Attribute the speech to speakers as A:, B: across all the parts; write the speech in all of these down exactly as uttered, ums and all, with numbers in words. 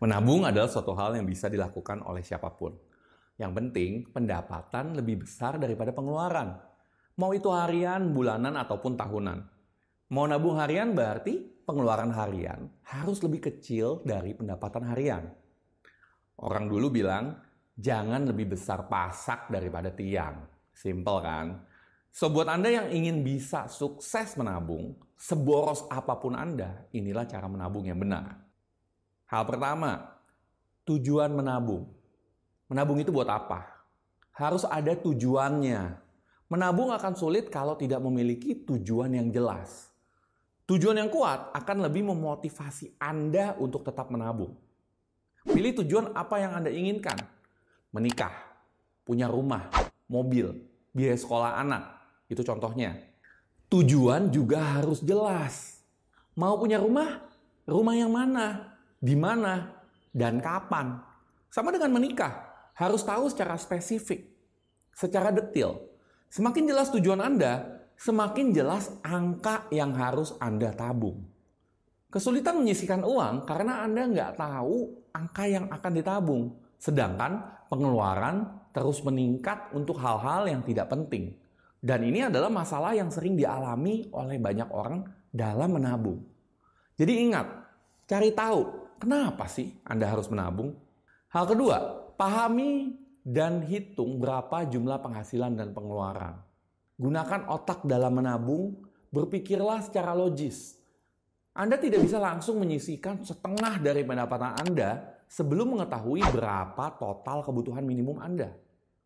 A: Menabung adalah suatu hal yang bisa dilakukan oleh siapapun. Yang penting, pendapatan lebih besar daripada pengeluaran. Mau itu harian, bulanan, ataupun tahunan. Mau nabung harian berarti pengeluaran harian harus lebih kecil dari pendapatan harian. Orang dulu bilang, jangan lebih besar pasak daripada tiang. Simple kan? So, buat Anda yang ingin bisa sukses menabung, seboros apapun Anda, inilah cara menabung yang benar. Hal pertama, tujuan menabung. Menabung itu buat apa? Harus ada tujuannya. Menabung akan sulit kalau tidak memiliki tujuan yang jelas. Tujuan yang kuat akan lebih memotivasi Anda untuk tetap menabung. Pilih tujuan apa yang Anda inginkan. Menikah, punya rumah, mobil, biaya sekolah anak. Itu contohnya. Tujuan juga harus jelas. Mau punya rumah? Rumah yang mana? Di mana? Dan kapan? Sama dengan menikah. Harus tahu secara spesifik. Secara detail. Semakin jelas tujuan Anda, semakin jelas angka yang harus Anda tabung. Kesulitan menyisihkan uang karena Anda nggak tahu angka yang akan ditabung. Sedangkan pengeluaran terus meningkat untuk hal-hal yang tidak penting. Dan ini adalah masalah yang sering dialami oleh banyak orang dalam menabung. Jadi ingat, cari tahu kenapa sih Anda harus menabung. Hal kedua, pahami dan hitung berapa jumlah penghasilan dan pengeluaran. Gunakan otak dalam menabung, berpikirlah secara logis. Anda tidak bisa langsung menyisihkan setengah dari pendapatan Anda sebelum mengetahui berapa total kebutuhan minimum Anda.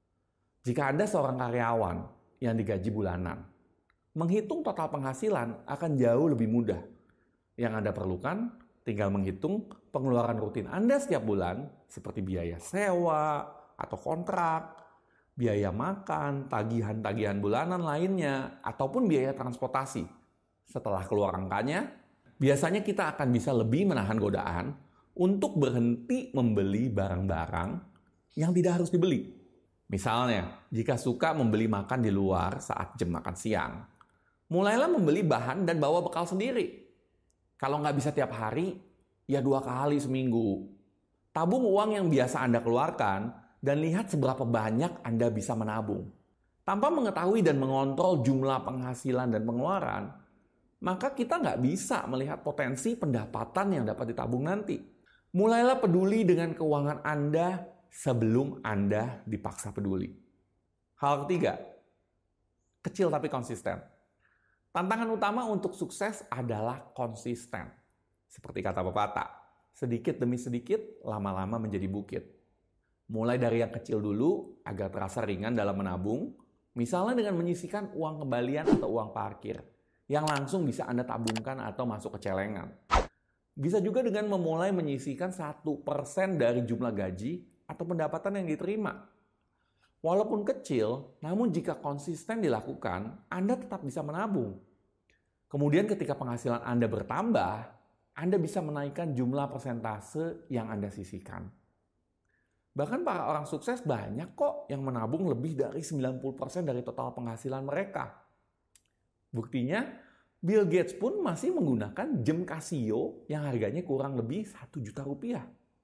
A: Jika Anda seorang karyawan yang digaji bulanan, menghitung total penghasilan akan jauh lebih mudah. Yang Anda perlukan tinggal menghitung pengeluaran rutin Anda setiap bulan seperti biaya sewa atau kontrak, biaya makan, tagihan-tagihan bulanan lainnya, ataupun biaya transportasi. Setelah keluar angkanya, biasanya kita akan bisa lebih menahan godaan untuk berhenti membeli barang-barang yang tidak harus dibeli. Misalnya, jika suka membeli makan di luar saat jam makan siang, mulailah membeli bahan dan bawa bekal sendiri. Kalau nggak bisa tiap hari, ya dua kali seminggu. Tabung uang yang biasa Anda keluarkan dan lihat seberapa banyak Anda bisa menabung. Tanpa mengetahui dan mengontrol jumlah penghasilan dan pengeluaran, maka kita nggak bisa melihat potensi pendapatan yang dapat ditabung nanti. Mulailah peduli dengan keuangan Anda sebelum Anda dipaksa peduli. Hal ketiga, kecil tapi konsisten. Tantangan utama untuk sukses adalah konsisten. Seperti kata pepatah, sedikit demi sedikit, lama-lama menjadi bukit. Mulai dari yang kecil dulu agar terasa ringan dalam menabung, misalnya dengan menyisihkan uang kembalian atau uang parkir, yang langsung bisa Anda tabungkan atau masuk ke celengan. Bisa juga dengan memulai menyisihkan satu persen dari jumlah gaji atau pendapatan yang diterima. Walaupun kecil, namun jika konsisten dilakukan, Anda tetap bisa menabung. Kemudian ketika penghasilan Anda bertambah, Anda bisa menaikkan jumlah persentase yang Anda sisihkan. Bahkan para orang sukses banyak kok yang menabung lebih dari sembilan puluh persen dari total penghasilan mereka. Buktinya, Bill Gates pun masih menggunakan jam Casio yang harganya kurang lebih satu juta rupiah.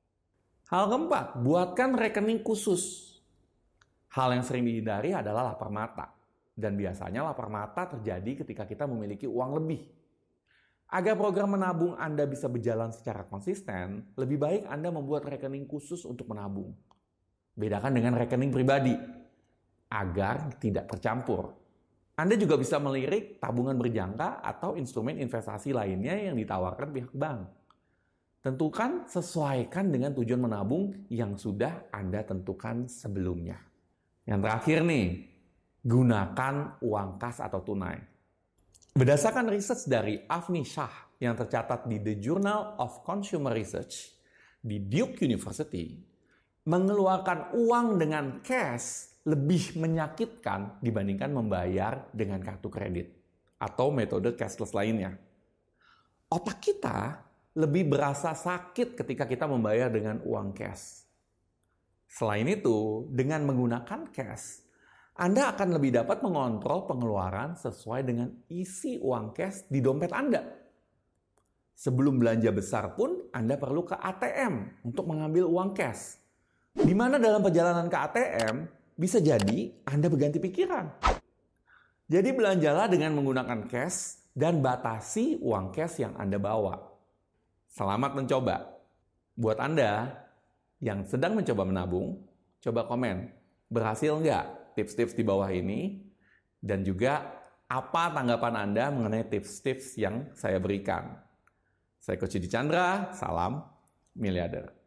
A: Hal keempat, buatkan rekening khusus. Hal yang sering dihindari adalah lapar mata. Dan biasanya lapar mata terjadi ketika kita memiliki uang lebih. Agar program menabung Anda bisa berjalan secara konsisten, lebih baik Anda membuat rekening khusus untuk menabung. Bedakan dengan rekening pribadi, agar tidak tercampur. Anda juga bisa melirik tabungan berjangka atau instrumen investasi lainnya yang ditawarkan pihak bank. Tentukan sesuaikan dengan tujuan menabung yang sudah Anda tentukan sebelumnya. Yang terakhir nih, gunakan uang kas atau tunai. Berdasarkan riset dari Avni Shah yang tercatat di The Journal of Consumer Research di Duke University, mengeluarkan uang dengan cash lebih menyakitkan dibandingkan membayar dengan kartu kredit atau metode cashless lainnya. Otak kita lebih berasa sakit ketika kita membayar dengan uang cash. Selain itu, dengan menggunakan cash, Anda akan lebih dapat mengontrol pengeluaran sesuai dengan isi uang cash di dompet Anda. Sebelum belanja besar pun Anda perlu ke A T M untuk mengambil uang cash. Di mana dalam perjalanan ke A T M, bisa jadi Anda berganti pikiran. Jadi belanjalah dengan menggunakan cash dan batasi uang cash yang Anda bawa. Selamat mencoba. Buat Anda yang sedang mencoba menabung, coba komen, berhasil nggak tips-tips di bawah ini? Dan juga apa tanggapan Anda mengenai tips-tips yang saya berikan? Saya Coach Yudi Chandra, salam miliarder.